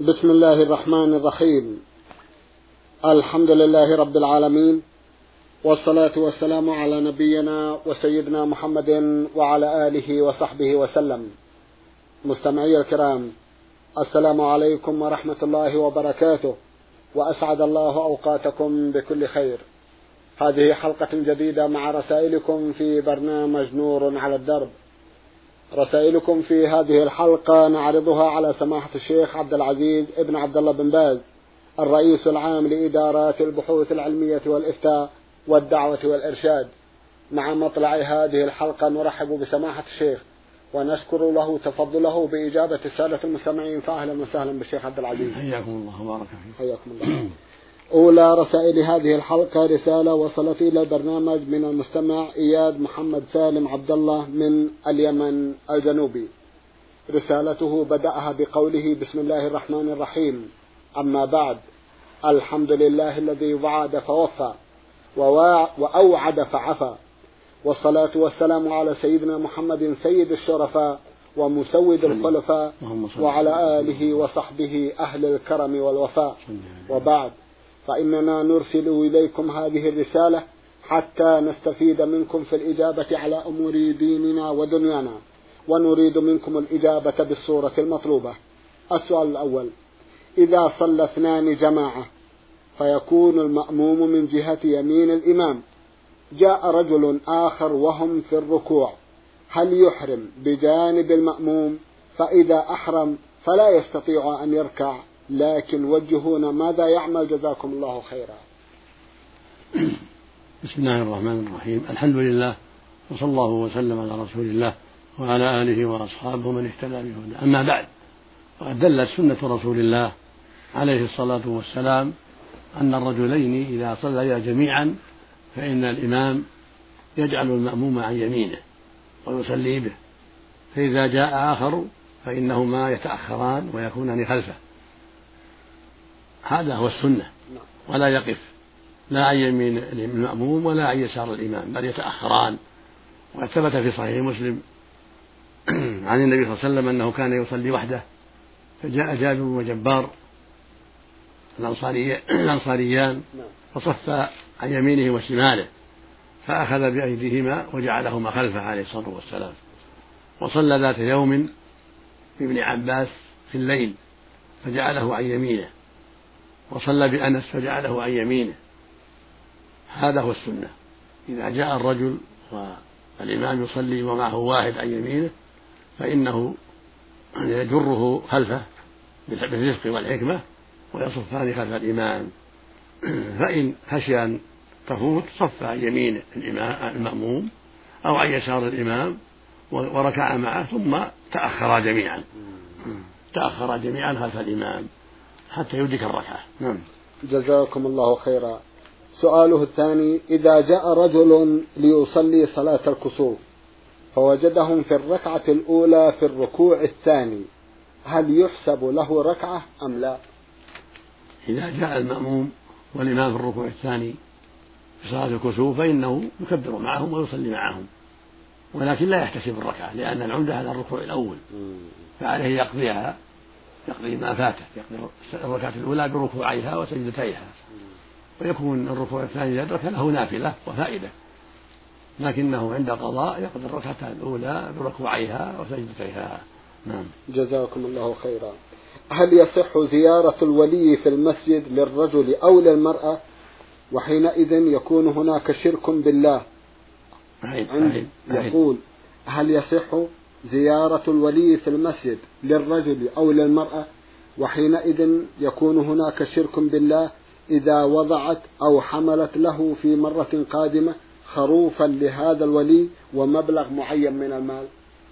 بسم الله الرحمن الرحيم. الحمد لله رب العالمين، والصلاة والسلام على نبينا وسيدنا محمد وعلى آله وصحبه وسلم. مستمعي الكرام، السلام عليكم ورحمة الله وبركاته، وأسعد الله أوقاتكم بكل خير. هذه حلقة جديدة مع رسائلكم في برنامج نور على الدرب. رسائلكم في هذه الحلقة نعرضها على سماحة الشيخ عبد العزيز ابن عبد الله بن باز، الرئيس العام لإدارات البحوث العلمية والإفتاء والدعوة والإرشاد. مع مطلع هذه الحلقة نرحب بسماحة الشيخ ونشكر له تفضله بإجابة السادة المستمعين، فأهلا وسهلا بالشيخ عبد العزيز. حياكم الله وبارك فيكم. حياكم الله. أولى رسائل هذه الحلقة رسالة وصلت إلى البرنامج من المستمع إياد محمد سالم عبد الله من اليمن الجنوبي. رسالته بدأها بقوله: بسم الله الرحمن الرحيم. أما بعد، الحمد لله الذي وعد فوفى وأوعد فعفى، والصلاة والسلام على سيدنا محمد سيد الشرفاء ومسود الخلفاء، وعلى آله وصحبه أهل الكرم والوفاء. وبعد، فإننا نرسل إليكم هذه الرسالة حتى نستفيد منكم في الإجابة على أمور ديننا ودنيانا، ونريد منكم الإجابة بالصورة المطلوبة. السؤال الأول: إذا صلى اثنان جماعة فيكون المأموم من جهة يمين الإمام، جاء رجل آخر وهم في الركوع، هل يحرم بجانب المأموم؟ فإذا أحرم فلا يستطيع أن يركع، لكن وجهونا ماذا يعمل؟ جزاكم الله خيرا. بسم الله الرحمن الرحيم. الحمد لله، وصلى الله وسلم على رسول الله وعلى آله وأصحابه من اهتدى بهداه. أما بعد، وقد دلت سنة رسول الله عليه الصلاة والسلام أن الرجلين إذا صليا جميعا فإن الإمام يجعل المأموم عن يمينه ويصلي به، فإذا جاء آخر فإنهما يتأخران ويكونان خلفه. هذا هو السنة، ولا يقف لا عن يمين المأموم ولا عن يسار الإمام، بل يتأخران. وقد ثبت في صحيح مسلم عن النبي صلى الله عليه وسلم أنه كان يصلي وحده، فجاء جابر وجبار الأنصاريان فصفا عن يمينه وشماله، فأخذ بأيديهما وجعلهما خلفه عليه الصلاة والسلام. وصلى ذات يوم بابن عباس في الليل فجعله عن يمينه، وصلى بأنس فجعله عن يمينه. هذا هو السنة. إذا جاء الرجل والإمام يصلي ومعه واحد عن يمينه فإنه يجره خلفه بالرفق والحكمة ويصفان خلف الإمام، فإن خشي أن تفوت صف عن يمين المأموم أو عن يسار الإمام وركع معه، ثم تأخرا جميعا خلف الإمام حتى يدرك الركعة. جزاكم الله خيرا. سؤاله الثاني: إذا جاء رجل ليصلي صلاة الكسوف فوجدهم في الركعة الأولى في الركوع الثاني، هل يحسب له ركعة أم لا؟ إذا جاء المأموم والإمام في الركوع الثاني في صلاة الكسوف فإنه يكبر معهم ويصلي معهم، ولكن لا يحتسب الركعة، لأن العمدة على الركوع الأول، فعليه يقضي ما فاته، يقضي الركعة الأولى بركوعيها وسجدتيها، ويكون الركوع الثاني إذا أدرك له نافلة وفائدة، لكنه عند قضاء يقضي الركعة الأولى بركوعيها وسجدتيها. جزاكم الله خيرا. هل يصح زيارة الولي في المسجد للرجل أو للمرأة، وحينئذ يكون هناك شرك بالله؟ يقول: هل يصح زيارة الولي في المسجد للرجل أو للمرأة، وحينئذ يكون هناك شرك بالله إذا وضعت أو حملت له في مرة قادمة خروفا لهذا الولي ومبلغ معين من المال؟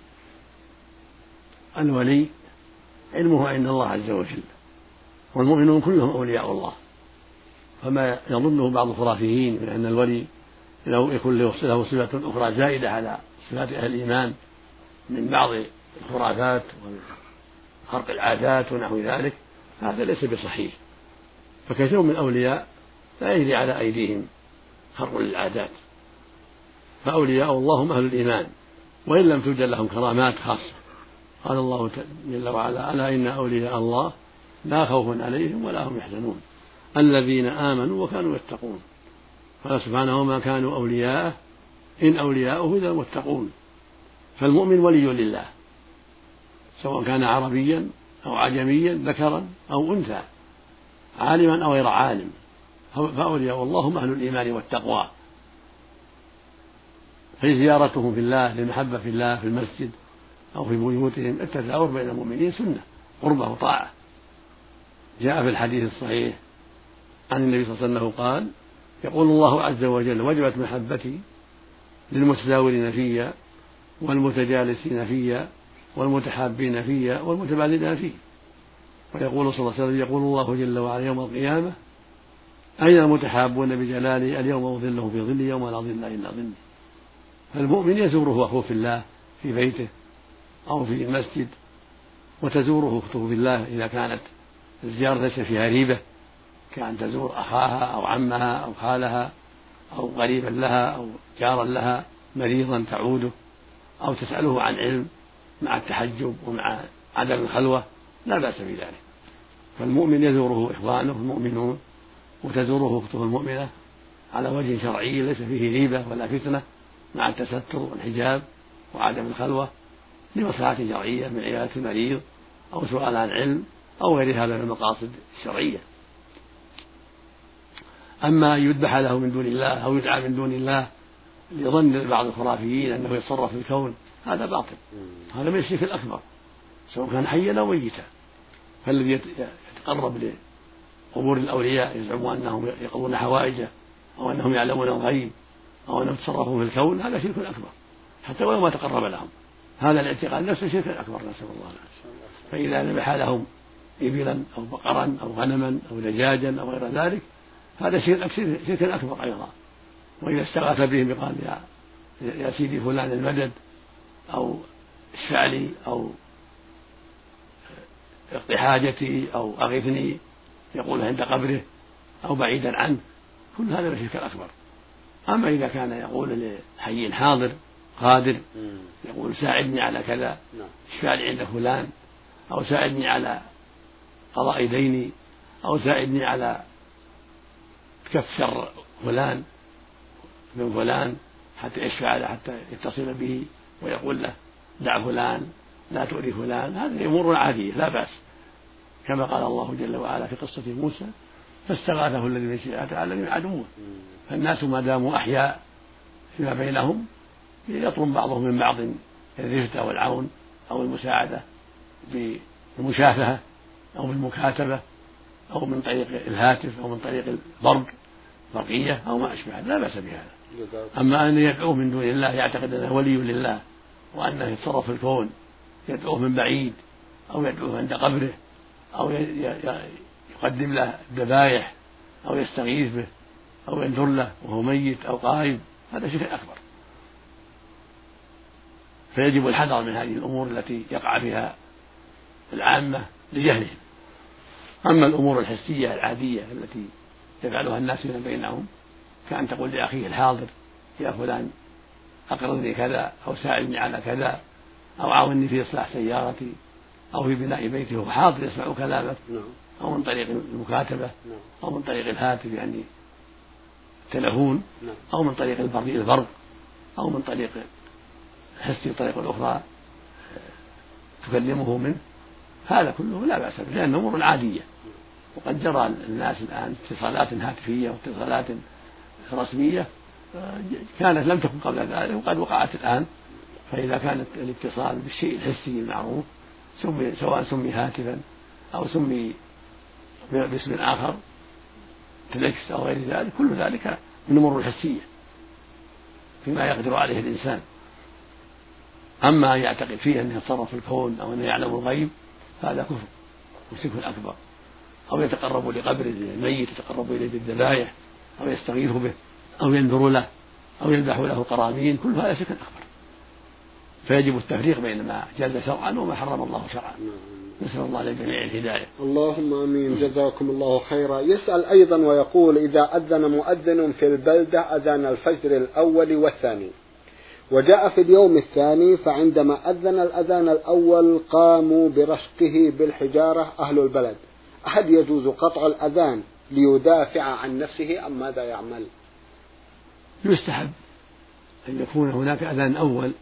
الولي علمه عند الله عز وجل، والمؤمنون كلهم أولياء الله، فما يظنه بعض الخرافيين من أن الولي يكون له صفة أخرى زائدة على صفات أهل الإيمان من بعض الخرافات وخرق العادات ونحو ذلك، هذا ليس بصحيح. فكثير من الأولياء لا يجري على أيديهم خرق للعادات، فأولياء الله هم أهل الإيمان وإن لم توجد لهم كرامات خاصة. قال الله جل وعلا: ألا إن أولياء الله لا خوف عليهم ولا هم يحزنون الذين آمنوا وكانوا يتقون. قال سبحانه وما كانوا أولياءه إن أولياؤه إلا المتقون. فالمؤمن ولي لله سواء كان عربيا أو عجميا ذكرا أو أنثى عالما أو غير عالم، فأولياء الله هم أهل الإيمان والتقوى. فزيارتهم في الله للمحبة في الله في المسجد أو في بيوتهم التزاور بين المؤمنين سنة قربة وطاعة. جاء في الحديث الصحيح عن النبي صلى الله عليه وسلم قال يقول الله عز وجل وجبت محبتي للمتزاورين فيا والمتجالسين فيا والمتحابين فيا والمتبادلين فيه. ويقول صلى الله عليه وسلم يقول الله جل وعلا يوم القيامة أين المتحابون بجلالي اليوم أظله في ظلي يوم لا ظل إلا ظلي. فالمؤمن يزوره أخوه في الله في بيته أو في المسجد، وتزوره أخته في الله إذا كانت الزيارة ليس فيها ريبة، كأن تزور أخاها أو عمها أو خالها أو قريبا لها أو جارا لها مريضا تعوده أو تسأله عن علم مع التحجب ومع عدم الخلوة لا بأس بذلك. فالمؤمن يزوره إخوانه المؤمنون وتزوره أخته المؤمنة على وجه شرعي ليس فيه ريبة ولا فتنة مع التستر والحجاب وعدم الخلوة لمصلحة شرعية من عيادة المريض أو سؤال عن علم أو غير هذا من المقاصد الشرعية. أما يذبح له من دون الله أو يدعى من دون الله لظن بعض الخرافيين أنه يتصرف في الكون هذا باطل، هذا من الشرك الأكبر سواء كان حيا أو ميتا. فالذي يتقرب لقبور الأولياء يزعمون أنهم يقضون حوائجه أو أنهم يعلمون الغيب أو أنهم يتصرفون في الكون هذا شرك أكبر حتى ولو ما تقرب لهم. هذا الاعتقاد نفسه شرك أكبر نسأل الله العافية. فإذا ذبح لهم إبلا أو بقرا أو غنما أو دجاجا أو غير ذلك هذا شرك أكبر أيضا. وإذا استغاث بهم قال يا سيدي فلان المدد أو اشفع لي أو اقضي حاجتي أو أغثني يقول عند قبره أو بعيدا عنه كل هذا من الشرك الأكبر. أما إذا كان يقول لحي حاضر قادر يقول ساعدني على كذا اشفع لي عند فلان أو ساعدني على قضاء ديني أو ساعدني على كف شر فلان من فلان حتى يشفع له حتى يتصل به ويقول له دع فلان لا تؤذي فلان، هذه أمور عادية لا بأس، كما قال الله جل وعلا في قصة موسى فاستغاثه الذي من شيعته على الذي من عدوه. فالناس ما داموا أحياء فيما بينهم يطلب بعضهم من بعض الرفق والعون أو المساعدة بالمشافهة أو بالمكاتبة أو من طريق الهاتف أو من طريق برقية أو ما أشبه لا بأس بهذا. أما أن يدعوه من دون الله يعتقد أنه ولي لله وأنه يتصرف في الكون يدعوه من بعيد أو يدعوه عند قبره أو يقدم له الذبائح أو يستغيث به أو ينذر له وهو ميت أو قائم هذا شرك أكبر. فيجب الحذر من هذه الأمور التي يقع فيها العامة لجهلهم. أما الأمور الحسية العادية التي يفعلها الناس فيما بينهم كأن تقول لأخيه الحاضر يا فلان أقرضني كذا أو ساعدني على كذا أو عاوني في إصلاح سيارتي أو في بناء بيتي وهو حاضر يسمع كلامك أو من طريق المكاتبة أو من طريق الهاتف يعني التلفون أو من طريق البرق أو من طريق حسي الطريقة الأخرى تكلمه منه، هذا كله لا بأس به لأنه أمور عادية. وقد جرى الناس الآن اتصالات هاتفية واتصالات رسمية كانت لم تكن قبل ذلك وقد وقعت الآن. فإذا كانت الاتصال بالشيء الحسي المعروف سواء سمي هاتفا أو سمي باسم آخر تلكس أو غير ذلك كل ذلك من أمور الحسية فيما يقدر عليه الإنسان. أما أن يعتقد فيه أنه يتصرف في الكون أو أنه يعلم الغيب هذا كفر وشرك أكبر. أو يتقرب لقبر الميت يتقرب إليه بالذبائح أو يستغيث به أو ينذر له أو يذبح له قرابين كل هذا شرك أكبر. فيجب التفريق بين ما جاز شرعا وما حرم الله شرعا. نسأل الله للجميع الهداية. اللهم آمين. جزاكم الله خيرا. يسأل أيضا ويقول إذا أذن مؤذن في البلدة أذان الفجر الأول والثاني وجاء في اليوم الثاني فعندما أذن الأذان الأول قاموا برشقه بالحجارة أهل البلد هل يجوز قطع الأذان ليدافع عن نفسه أم ماذا يعمل؟ يستحب أن يكون هناك أذان أول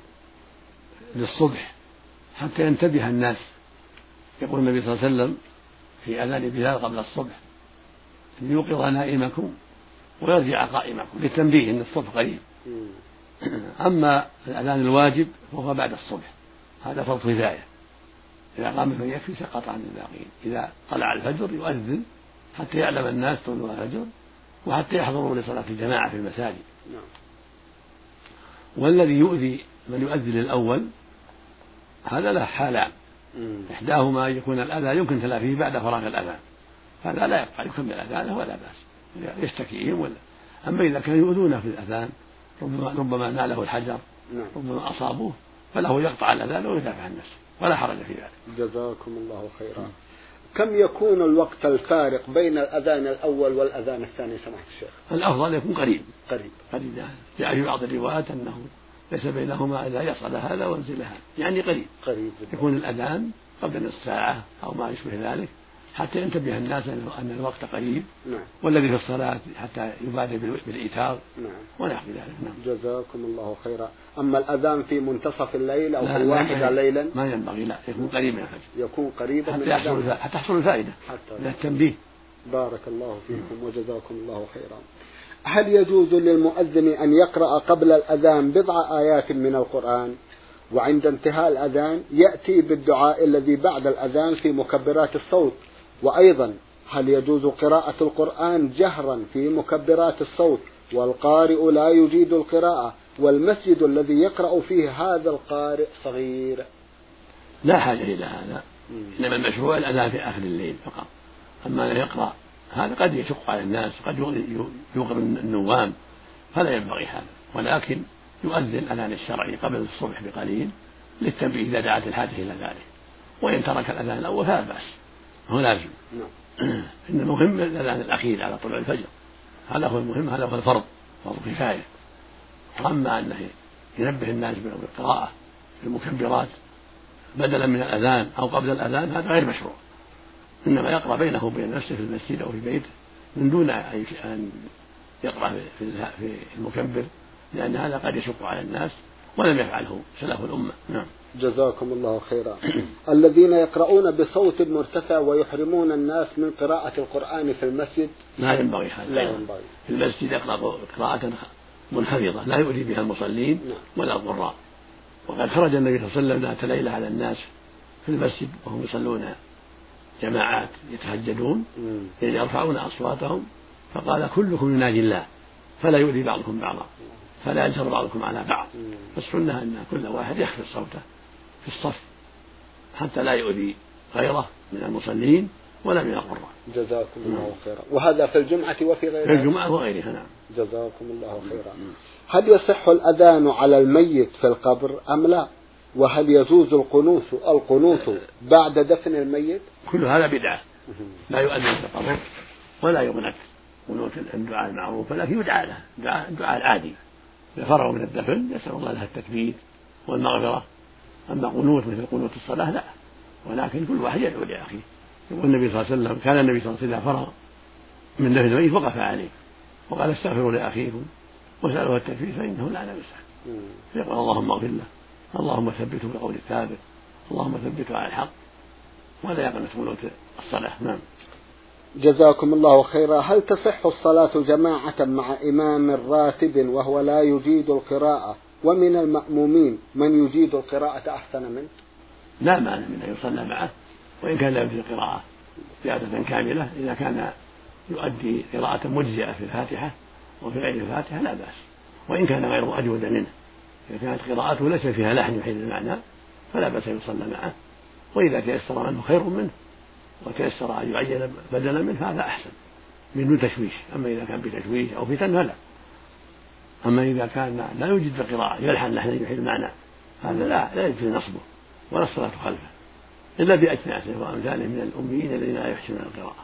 للصبح حتى ينتبه الناس. يقول النبي صلى الله عليه وسلم في أذان بلال قبل الصبح: أن يوقظ نائمكم ويرجع قائمكم، للتنبيه أن الصبح قريب. أما الأذان الواجب فهو بعد الصبح، هذا فرض كفاية، إذا قام من يكفي سقط عن الباقين. إذا طلع الفجر يؤذن حتى يعلم الناس طلوع الفجر وحتى يحضروا لصلاة الجماعة في المساجد. والذي يؤذي من يؤذن الأول هذا له حالان: إحداهما أن يكون الأذان يمكن تلافيه بعد فراغ الأذان، هذا لا يبقى، يكمل أذانه ولا بأس، يشتكيهم ولا. أما إذا كانوا يؤذونه في الأذان ربما ناله الحجر، ربما أصابوه، فله يقطع الأذان ويدافع عن نفسه ولا حرج في ذلك. جزاكم الله خيرا. كم يكون الوقت الفارق بين الأذان الأول والأذان الثاني سماحة الشيخ؟ الأفضل يكون قريب قريب. جاء في بعض الروايات أنه ليس بينهما إذا يصعد هذا وينزل هذا، يعني قريب يكون الأذان قبل نصف ساعة أو ما يشبه ذلك حتى ينتبه الناس أن الوقت قريب. والذي في الصلاة حتى يبادر بالإيتار ونحو ذلك. جزاكم الله خيرا. أما الأذان في منتصف الليل أو في الواحدة ليلا ما ينبغي، لا، يكون قريب من الفجر، يكون قريبا حتى يحصل الفائدة من التنبيه. بارك الله فيكم وجزاكم الله خيرا. هل يجوز للمؤذن أن يقرأ قبل الأذان بضع آيات من القرآن، وعند انتهاء الأذان يأتي بالدعاء الذي بعد الأذان في مكبرات الصوت؟ وأيضا هل يجوز قراءة القرآن جهرا في مكبرات الصوت والقارئ لا يجيد القراءة والمسجد الذي يقرأ فيه هذا القارئ صغير؟ لا حاجة إلى هذا، إنما المشروع الأذان في آخر الليل فقط. أما أن يقرأ هذا قد يشق على الناس، قد يوقظ النوام، فلا ينبغي هذا، ولكن يؤذن الأذان الشرعي قبل الصبح بقليل للتنبيه إذا دعت الحاجة إلى ذلك. وإن ترك الأذان الأول فلا بأس، هو لازم. إن المهم الأذان الأخير على طلوع الفجر، هذا هو المهم، هذا هو الفرض، فرض كفاية. أما أنه ينبه الناس بالقراءة في المكبرات بدلا من الأذان أو قبل الأذان هذا غير مشروع، إنما يقرأ بينه وبين نفسه في المسجد أو في بيته من دون أن يقرأ في المكبر، لأن هذا قد يشق على الناس ولم يفعله سلف الأمة. نعم. جزاكم الله خيرا. الذين يقرؤون بصوت مرتفع ويحرمون الناس من قراءة القرآن في المسجد لا ينبغي هذا. في المسجد يقرأ قراءة منخفضة لا يؤذي بها المصلين ولا القراء. وقد خرج النبي صلى الله عليه وسلم ذات ليلة على الناس في المسجد وهم يصلون جماعات يتهجدون يرفعون أصواتهم، فقال: كلكم يناجي الله فلا يؤذي بعضكم بعضا فلا يجهر بعضكم على بعض. فالسنة أن كل واحد يخفض صوته في الصف حتى لا يؤذي غيره من المصلين ولا من القراء. جزاكم الله خيرا. وهذا في الجمعة وفي غيرها؟ في الجمعة وغيرها. نعم. جزاكم الله خيرا. هل يصح الأذان على الميت في القبر أم لا؟ وهل يجوز القنوت بعد دفن الميت؟ كل هذا بدعة، لا يؤذن في القبر ولا يقنت قنوت الدعاء المعروف، ولكن يدعى له الدعاء العادي إذا فرغوا من الدفن يسأل الله له التثبيت والمغفرة. أما قنوت مثل قنوت الصلاة لا، ولكن كل واحد يدعو لأخيه. يقول النبي صلى الله عليه وسلم: كان النبي صلى الله عليه وسلم فرغ من دفن الميت وقف عليه وقال: استغفروا لأخيكم واسألوه التثبيت فإنه لا يسأل. فيقول: اللهم اغفر له، اللهم ثبته بالقول الثابت، اللهم ثبته على الحق، ولا يقنط قنوت الصلاة. نعم. جزاكم الله خيرا. هل تصح الصلاة جماعة مع إمام راتب وهو لا يجيد القراءة، ومن المأمومين من يجيد القراءة أحسن منه؟ لا مانع من أن يصلى معه وإن كان لا يجيد القراءة زيادة كاملة، إذا كان يؤدي قراءة مجزئة في الفاتحة وفي غير الفاتحة لا بأس، وإن كان غيره أجود منه. إذا كانت قراءته ليس فيها لحن يحيل المعنى فلا بأس يصلى معه، وإذا تيسر منه خير منه وتيسر أن يعين بدلا منه هذا أحسن من دون تشويش. أما إذا كان بتشويش أو فتن فلا. أما إذا كان لا يوجد القراءة يلحن لحنا يحيل المعنى هذا لا يجوز نصبه ولا الصلاة خلفه إلا بأجناسه وأمثاله من الأميين الذين لا يحسنون القراءة.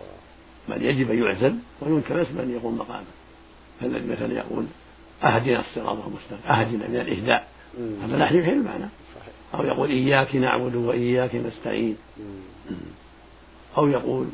بل يجب أن يعزل وينتمس من يقوم مقامه. فالذي مثلا يقول: أهدنا الصراط المستقيم، أهدنا من الإهداء، هذا لحن يحيل المعنى. أو يقول: إياك نعبد وإياك نستعين. أو يقول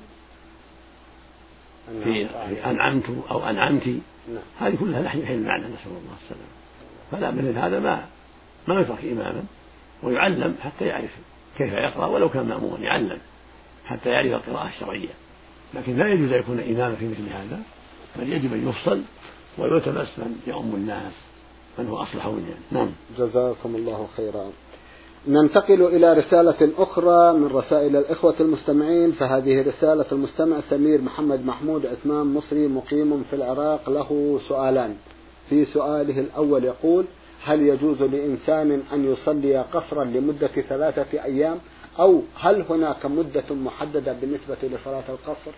في أنعمت أو أنعمت، هذه كلها نحن يحل المعنى، نسأل الله السلامة. فلا بد هذا ما يترك إماما ويعلم حتى يعرف كيف يقرأ، ولو كان مأموما يعلم حتى يعرف القراءة الشرعية. لكن لا يجوز أن يكون إماما في مثل هذا، بل يجب أن يفصل ويلتمس من يؤم الناس من هو أصلح منهم. نعم. جزاكم الله خيرا. ننتقل إلى رسالة أخرى من رسائل الإخوة المستمعين، فهذه رسالة المستمع سمير محمد محمود عثمان مصري مقيم في العراق، له سؤالان. في سؤاله الأول يقول: هل يجوز لإنسان أن يصلي قصرا لمدة 3 أيام، أو هل هناك مدة محددة بالنسبة لصلاة القصر؟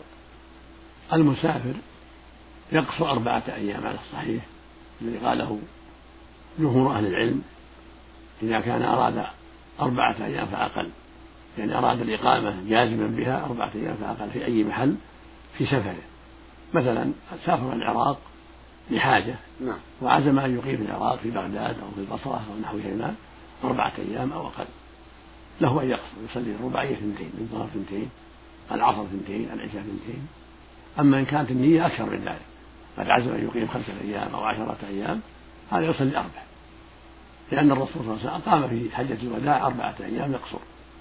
المسافر يقصر 4 أيام على الصحيح الذي قاله جمهور أهل العلم، إذا كان أراد 4 أيام فأقل، يعني أراد الإقامة جازما بها 4 أيام فأقل في أي محل في سفره. مثلا سافر العراق لحاجة وعزم أن يقيم في العراق في بغداد أو في البصرة أو نحوهما 4 أيام أو أقل، له أن يقصر يصلي الرباعية 2، الظهر 2، العصر 2، العشاء 2. أما إن كانت النية أكثر من ذلك، قد عزم أن يقيم 5 أيام أو 10 أيام، هذا يصلي 4، لأن الرسول صلى الله عليه وسلم قام في حجة الوداع 4 أيام يقصر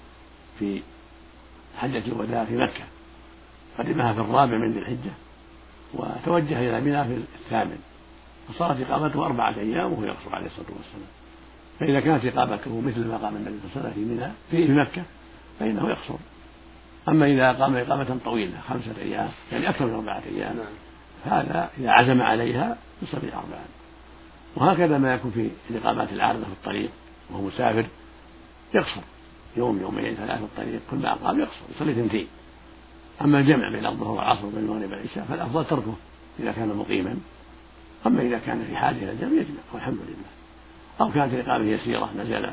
في حجة الوداع في مكة، قدمها في 4 من ذي الحجة وتوجه إلى منى في 8، فصارت إقامته 4 أيام وهو يقصر عليه الصلاة والسلام. فإذا كانت إقامته مثل ما قام النبي صلى الله عليه وسلم في مكة فإنه يقصر. أما إذا قام إقامة طويلة 5 أيام يعني أكثر من 4 أيام، هذا إذا عزم عليها يصلي 4. وهكذا ما يكون في الإقامات العارضة في الطريق وهو مسافر يقصر يوم 2 3 في الطريق، كل ما أقام يقصر يصلي 2. أما الجمع بين الظهر والعصر وبين المغرب والعشاء فالأفضل تركه إذا كان مقيما. أما إذا كان في حاجة إلى الجمع يجمع والحمد لله. أو كانت الإقامة يسيرة، نزل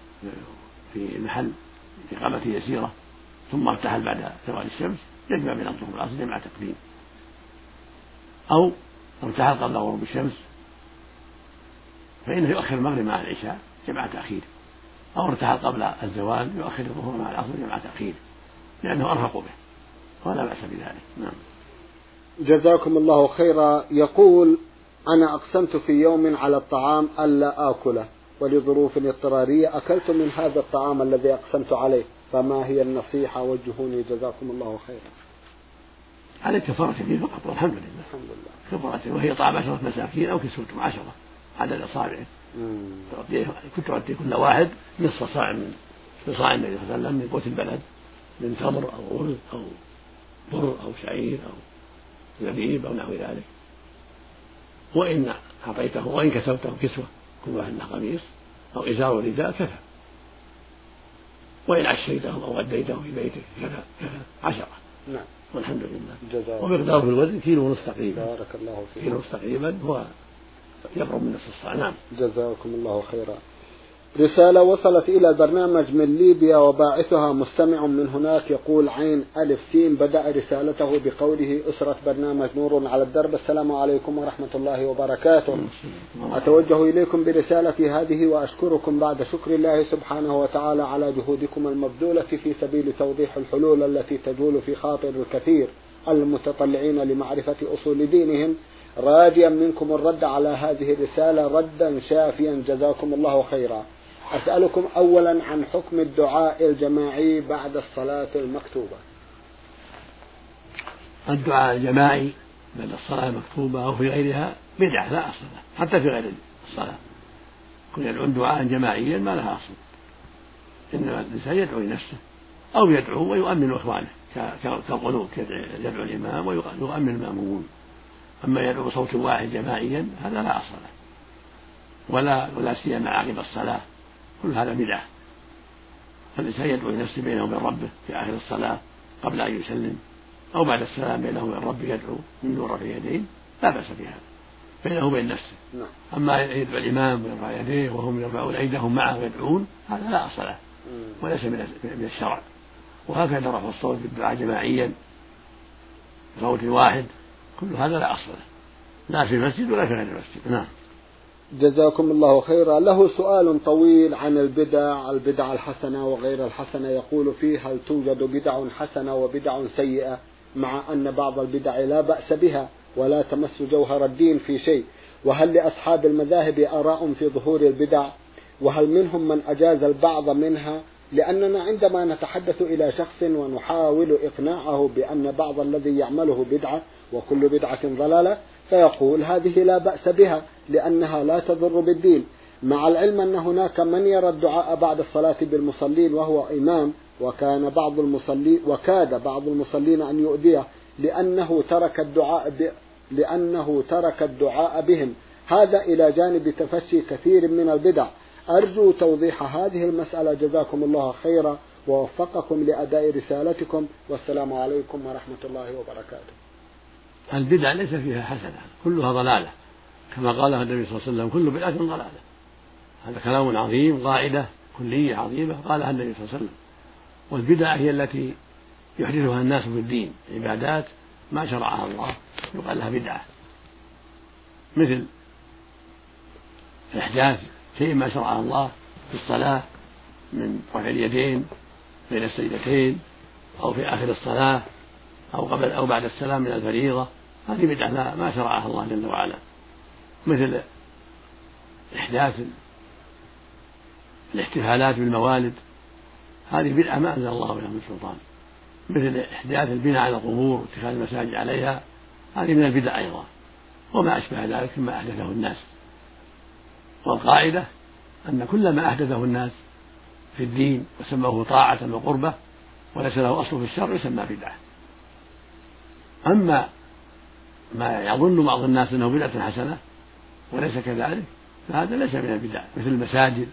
في محل إقامة يسيرة ثم ارتحل بعد زوال الشمس، يجمع بين الظهر والعصر جمع تقديم. أو ارتحل قبل غروب الشمس فإنه يؤخر المغرب مع العشاء جمع تأخير، أو ارتحل قبل الزوال يؤخر الظهر مع العصر جمع تأخير، لأنه أرفق به ولا بأس بذلك. نعم. جزاكم الله خيرا. يقول: أنا أقسمت في يوم على الطعام ألا آكله، ولظروف اضطرارية أكلت من هذا الطعام الذي أقسمت عليه، فما هي النصيحة؟ وجهوني جزاكم الله خيرا. عليك كفارة يمين فقط والحمد لله. الحمد لله. كفارة، وهي طعام 10 مساكين أو كسوتهم 10 عدد أصابعه، كنت تعطي كل واحد نصف صاع من صاع النبي صلى الله عليه وسلم من قوت البلد، من تمر أو رز أو بر أو شعير أو زبيب أو نحو ذلك. وإن أعطيته وإن كسوته كسوة كل واحد له قميص أو إزار ورداء كفى، وإن عشيته أو غديته في بيتك كفى 10. نعم. والحمد لله. ومقداره في الوزن 1.5 كيلو تقريبا. بارك الله فيك. 1.5 كيلو تقريبا هو يقرب من نصف الصاع. نعم. جزاكم الله خيرا. رسالة وصلت إلى البرنامج من ليبيا وباعثها مستمع من هناك، يقول عين ألف سين، بدأ رسالته بقوله: أسرة برنامج نور على الدرب، السلام عليكم ورحمة الله وبركاته. أتوجه إليكم برسالتي هذه وأشكركم بعد شكر الله سبحانه وتعالى على جهودكم المبذولة في سبيل توضيح الحلول التي تجول في خاطر الكثير المتطلعين لمعرفة أصول دينهم، راجيا منكم الرد على هذه الرسالة ردا شافيا جزاكم الله خيرا. أسألكم أولا عن حكم الدعاء الجماعي بعد الصلاة المكتوبة. الدعاء الجماعي بعد الصلاة المكتوبة أو في غيرها بدعة لا أصل له، حتى في غير الصلاة كن يدعون دعاء جماعيا ما لها أصل، إنما الإنسان يدعو لنفسه أو يدعو ويؤمن إخوانه كالقنوت، يدعو الإمام ويؤمن المأمومون. أما يدعو بصوت واحد جماعيا هذا لا أصل له، ولا سيما عقب الصلاة، كل هذا بدعة. فالإنسان يدعو لنفسه بينه وبين ربه في آخر الصلاة قبل أن يسلم، أو بعد السلام بينه وبين ربه يدعو من دون رفع يدين، لا بأس بهذا بينه وبين نفسه. أما يدعو الإمام ويرفع يديه وهم يرفعون أيديهم معه ويدعون، هذا لا أصل له وليس من الشرع. وهكذا رفع الصوت بالدعاء جماعيا بصوت واحد، كل هذا لا أصل له، لا في المسجد ولا في غير المسجد. نعم. جزاكم الله خيرا. له سؤال طويل عن البدع الحسنة وغير الحسنة، يقول فيه: هل توجد بدع حسنة وبدع سيئة، مع أن بعض البدع لا بأس بها ولا تمس جوهر الدين في شيء؟ وهل لأصحاب المذاهب آراء في ظهور البدع؟ وهل منهم من أجاز البعض منها؟ لأننا عندما نتحدث إلى شخص ونحاول إقناعه بأن بعض الذي يعمله بدعة وكل بدعة ضلالة، فيقول هذه لا بأس بها لأنها لا تضر بالدين، مع العلم أن هناك من يرى الدعاء بعد الصلاة بالمصلين وهو إمام، وكاد بعض المصلين أن يؤذيه لأنه ترك الدعاء بهم، هذا إلى جانب تفشي كثير من البدع. أرجو توضيح هذه المسألة، جزاكم الله خيرا ووفقكم لأداء رسالتكم، والسلام عليكم ورحمة الله وبركاته. البدع ليس فيها حسنة، كلها ضلالة، كما قال النبي صلى الله عليه وسلم: كل بدعة ضلالة. هذا كلام عظيم، قاعدة كلية عظيمة قالها النبي صلى الله عليه وسلم. والبدع هي التي يحدثها الناس في الدين، عبادات ما شرعها الله يقال لها بدعة، مثل إحداث شيء ما شرعه الله في الصلاة من رفع اليدين بين السجدتين، أو في آخر الصلاة، أو قبل أو بعد السلام من الفريضة، هذه بدعة ما شرعها الله جل وعلا. مثل إحداث الاحتفالات بالموالد، هذه بدعة ما أنزل الله بها من سلطان. مثل إحداث البناء على القبور واتخاذ المساجد عليها، هذه من البدع أيضا، وما أشبه ذلك مما أحدثه الناس. والقاعدة أن كل ما أحدثه الناس في الدين وسموه طاعة وقربة وليس له أصل في الشرع يسمى بدعة. أما ما يظن بعض الناس أنه بدعة حسنة وليس كذلك فهذا ليس من البدع، مثل المساجد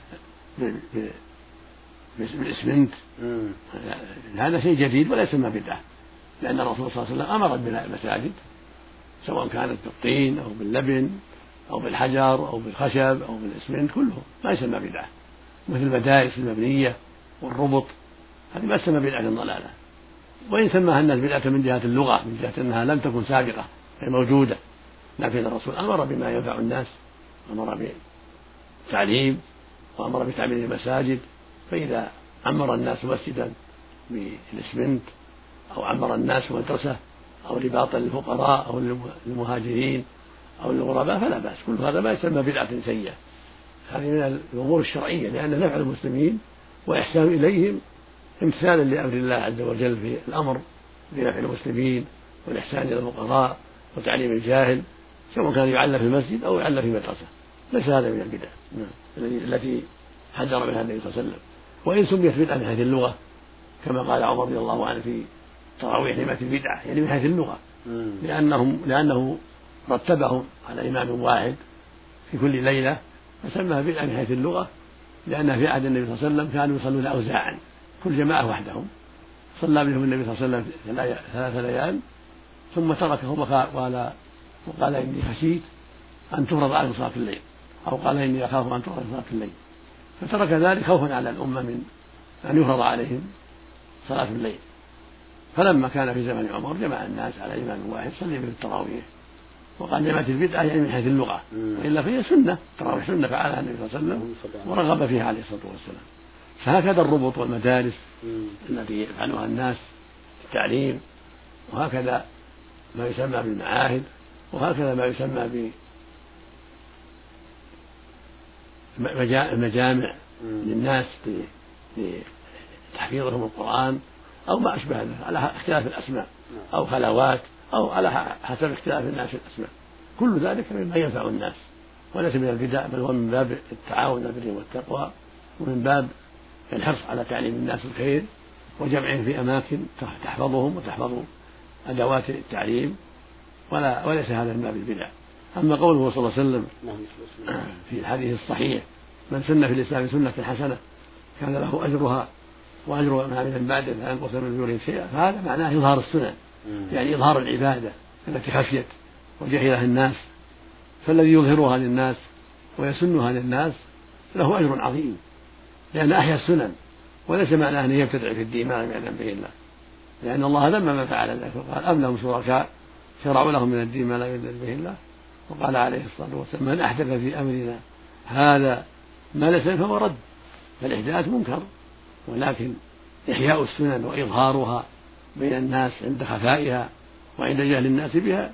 بالإسمنت، هذا شيء جديد ولا يسمى بدعة، لأن الرسول صلى الله عليه وسلم أمر ببناء المساجد سواء كانت بالطين أو باللبن أو بالحجر أو بالخشب أو بالإسمنت، كله ما يسمى بدعة. مثل المدارس المبنية والربط، هذه ما تسمى بدعة ضلالة، وإن سماها الناس بدعة من جهة اللغة، من جهة أنها لم تكن سابقة غير موجودة، لكن الرسول أمر بما ينفع الناس، أمر بالتعليم وأمر بتعمير المساجد. فإذا عمر الناس مسجدا بالإسمنت أو عمر الناس مدرسة أو رباطا للفقراء أو للمهاجرين أو للغرباء فلا بأس، كل هذا ما يسمى بدعة سيئة. هذه من الأمور الشرعية، لأن نفع المسلمين وإحسان إليهم امتثالا لأمر الله عز وجل في الأمر بنفع المسلمين والإحسان إلى الفقراء وتعليم الجاهل، سواء كان يعلم في المسجد أو يعلم في مدرسة، ليس هذا من البدع التي حذر منها النبي صلى الله عليه وسلم. وإن سميت بدعة من حيث اللغة كما قال عمر رضي الله عنه في تراويح لمة البدعة، يعني من حيث اللغة، لأنه رتبهم على إمام واحد في كل ليلة فسماها بدعة من حيث اللغة، لأن في عهد النبي صلى الله عليه وسلم كانوا يصلون أوزاعا، كل جماعة وحدهم، صلى بهم النبي صلى الله عليه وسلم 3 ليال ثم تركهم وقال إني خشيت أن تفرض عليهم صلاة الليل، أو قال إني أخاف أن تفرض صلاة الليل، فترك ذلك خوفا على الأمة من أن يفرض عليهم صلاة الليل. فلما كان في زمن عمر جمع الناس على إمام واحد صلي به التراويح، وقال جمعت البدعة يعني من حيث اللغة، وإلا فهي سنة، التراويح سنة فعلها النبي صلى الله عليه وسلم ورغب فيها عليه الصلاة والسلام. فهكذا الربط والمدارس التي يفعلها الناس التعليم، وهكذا ما يسمى بالمعاهد، وهكذا ما يسمى بمجامع للناس لتحفيظهم القرآن أو ما أشبه ذلك على اختلاف الأسماء، أو خلوات، أو على حسب اختلاف الناس في الأسماء، كل ذلك مما ينفع الناس وليس من البدع، بل هو من باب التعاون على البر والتقوى، ومن باب الحرص على تعليم الناس الخير وجمعهم في أماكن تحفظهم وتحفظ أدوات التعليم، وليس هذا من باب البدع. أما قوله صلى الله عليه وسلم في الحديث الصحيح: من سن في الإسلام سنة حسنة كان له أجرها وأجر من عمل بعده لا ينقص من أجورهم شيئا، فهذا معناه إظهار السنن، يعني إظهار العبادة التي خشيت وجهلها الناس، فالذي يظهرها للناس ويسنها للناس له أجر عظيم، لأن أحيا السنن، وليس معناه أن يبتدع في الدين ما لم يعلم به الله، لأن الله ذم من فعل ذلك وقال: أم لهم شركاء شرعوا لهم من الدين ما لا يؤذن به الله وقال عليه الصلاة والسلام من أحدث في أمرنا هذا ما ليس فهو رد. فالإحداث منكر، ولكن إحياء السنن وإظهارها بين الناس عند خفائها وعند جهل الناس بها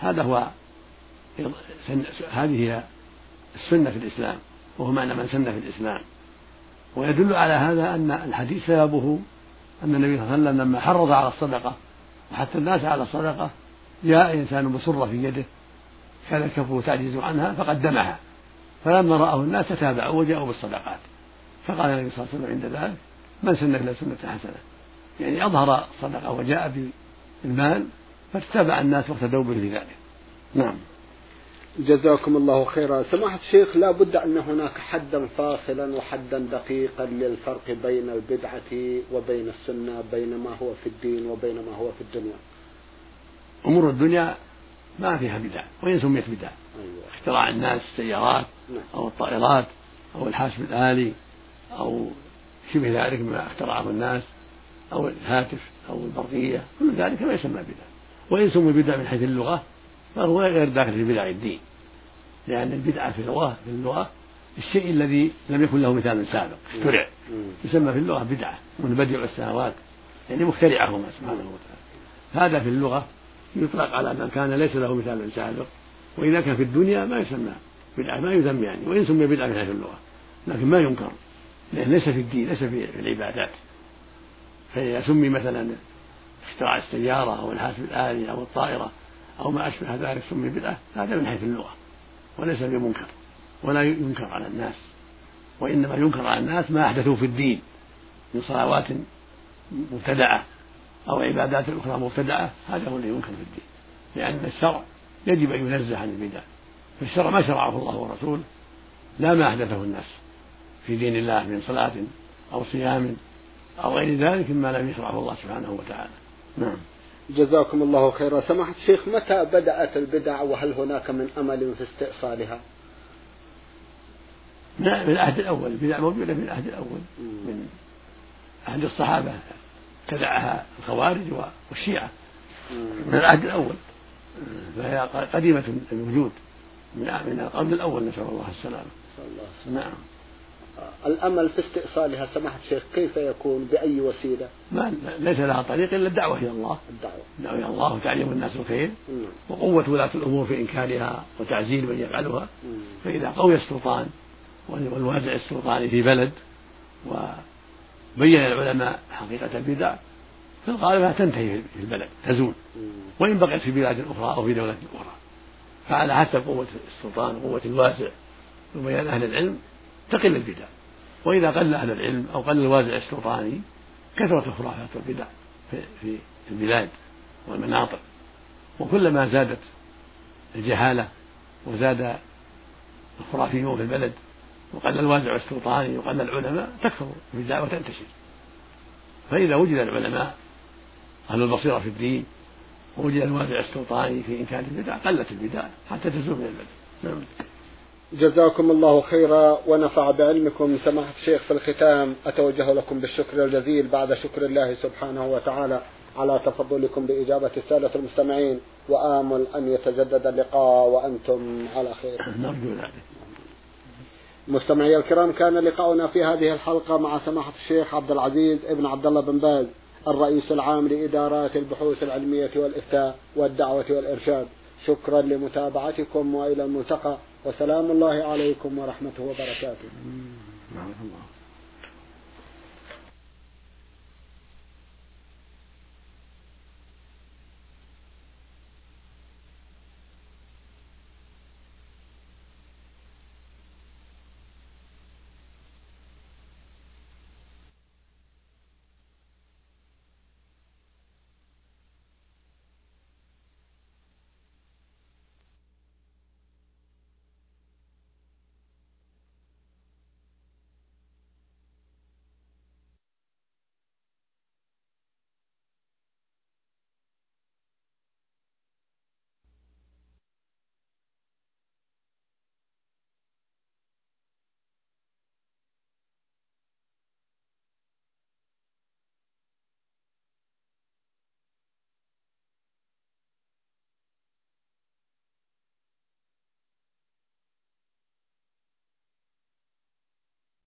هذه هي السنة في الإسلام، وهو معنى من سن في الإسلام. ويدل على هذا أن الحديث سببه أن النبي صلى الله عليه وسلم لما حرض على الصدقة وحتى الناس على الصدقة جاء إنسان بصرة في يده كان كفه تعجز عنها فقدمها، فلما رآه الناس تتابعوا وجاءوا بالصدقات، فقال النبي صلى الله عليه وسلم عند ذلك من سن إلى سنة حسنة، يعني أظهر الصدقة وجاء بالمال فاتبع الناس واقتدوا به لذلك. نعم. جزاكم الله خيرا. سماحة الشيخ، لا بد أن هناك حدا فاصلا وحدا دقيقا للفرق بين البدعة وبين السنة، بين ما هو في الدين وبين ما هو في الدنيا. أمور الدنيا ما فيها بدع، وإن سميت بدع اختراع الناس السيارات أو الطائرات أو الحاسب الآلي أو شبه ذلك مما اخترعه الناس أو الهاتف أو البرقية، كل ذلك ما يسمى بدع. وإن سمي بدع من حيث اللغة فهو غير داخل في بدع الدين، لأن البدعة في اللغة الشيء الذي لم يكن له مثال سابق اخترع، يسمى في اللغة بدعة، منبدع السماوات يعني مخترعهما سبحانه وتعالى. هذا في اللغة يطلق على من كان ليس له مثال سابق، وإذا كان في الدنيا ما يسمى بدعة، ما يذم يعني، وإن سمي بدعة من حيث اللغة لكن ما ينكر، لأن ليس في الدين، ليس في العبادات. فإذا سمي مثلا اختراع السيارة أو الحاسب الآلي أو الطائرة أو ما أشبه ذلك سمي بدعة، هذا من حيث اللغة وليس بمنكر ولا ينكر على الناس، وإنما ينكر على الناس ما أحدثوا في الدين من صلوات مبتدعة أو عبادات أخرى مبتدعة، هذا هو الذي ينكر في الدين، لأن الشرع يجب أن ينزه عن البدع. فالشرع ما شرعه الله ورسوله، لا ما أحدثه الناس في دين الله من صلاة أو صيام أو غير ذلك مما لم يشرعه الله سبحانه وتعالى. نعم. جزاكم الله خيرا. سماحة الشيخ، متى بدأت البدع وهل هناك من أمل في استئصالها؟ من العهد الأول، البدع موجودة من العهد الأول، من عهد الصحابة ابتدعها الخوارج والشيعة من العهد الأول، فهي قديمة الوجود من القرن الأول، نسأل الله السلامة. نعم. الأمل في استئصالها سماحة الشيخ كيف يكون، بأي وسيلة؟ ليس لها طريق إلا الدعوة إلى الله، الدعوة إلى الله وتعليم الناس الخير، وقوة ولاة الأمور في إنكارها وتعزيل من يفعلها. فإذا قوي السلطان والوازع السلطاني في بلد وبين العلماء حقيقة البدع في الغالب تنتهي في البلد تزول، وإن بقيت في بلاد أخرى أو في دولة أخرى، فعلى حسب قوة السلطان وقوة الوازع وبيان أهل العلم تقل البدع. وإذا قل أهل العلم أو قل الوازع السلطاني كثرت الخرافات والبدع في البلاد والمناطق، وكلما زادت الجهالة وزاد الخرافيون في البلد وقل الوازع السلطاني وقل العلماء تكثر البدع وتنتشر. فإذا وجد العلماء أهل البصيرة في الدين ووجد الوازع السلطاني في إنكار البدع قلت البدع حتى تزول من البلد. نعم. جزاكم الله خيرا ونفع بعلمكم. سماحة الشيخ، في الختام أتوجه لكم بالشكر الجزيل بعد شكر الله سبحانه وتعالى على تفضلكم بإجابة السادة المستمعين، وآمل أن يتجدد اللقاء وأنتم على خير. نرجو ذلك. مستمعي الكرام، كان لقاؤنا في هذه الحلقة مع سماحة الشيخ عبد العزيز ابن عبد الله بن باز، الرئيس العام لإدارات البحوث العلمية والإفتاء والدعوة والإرشاد. شكرا لمتابعتكم وإلى الملتقى، وسلام الله عليكم ورحمته وبركاته.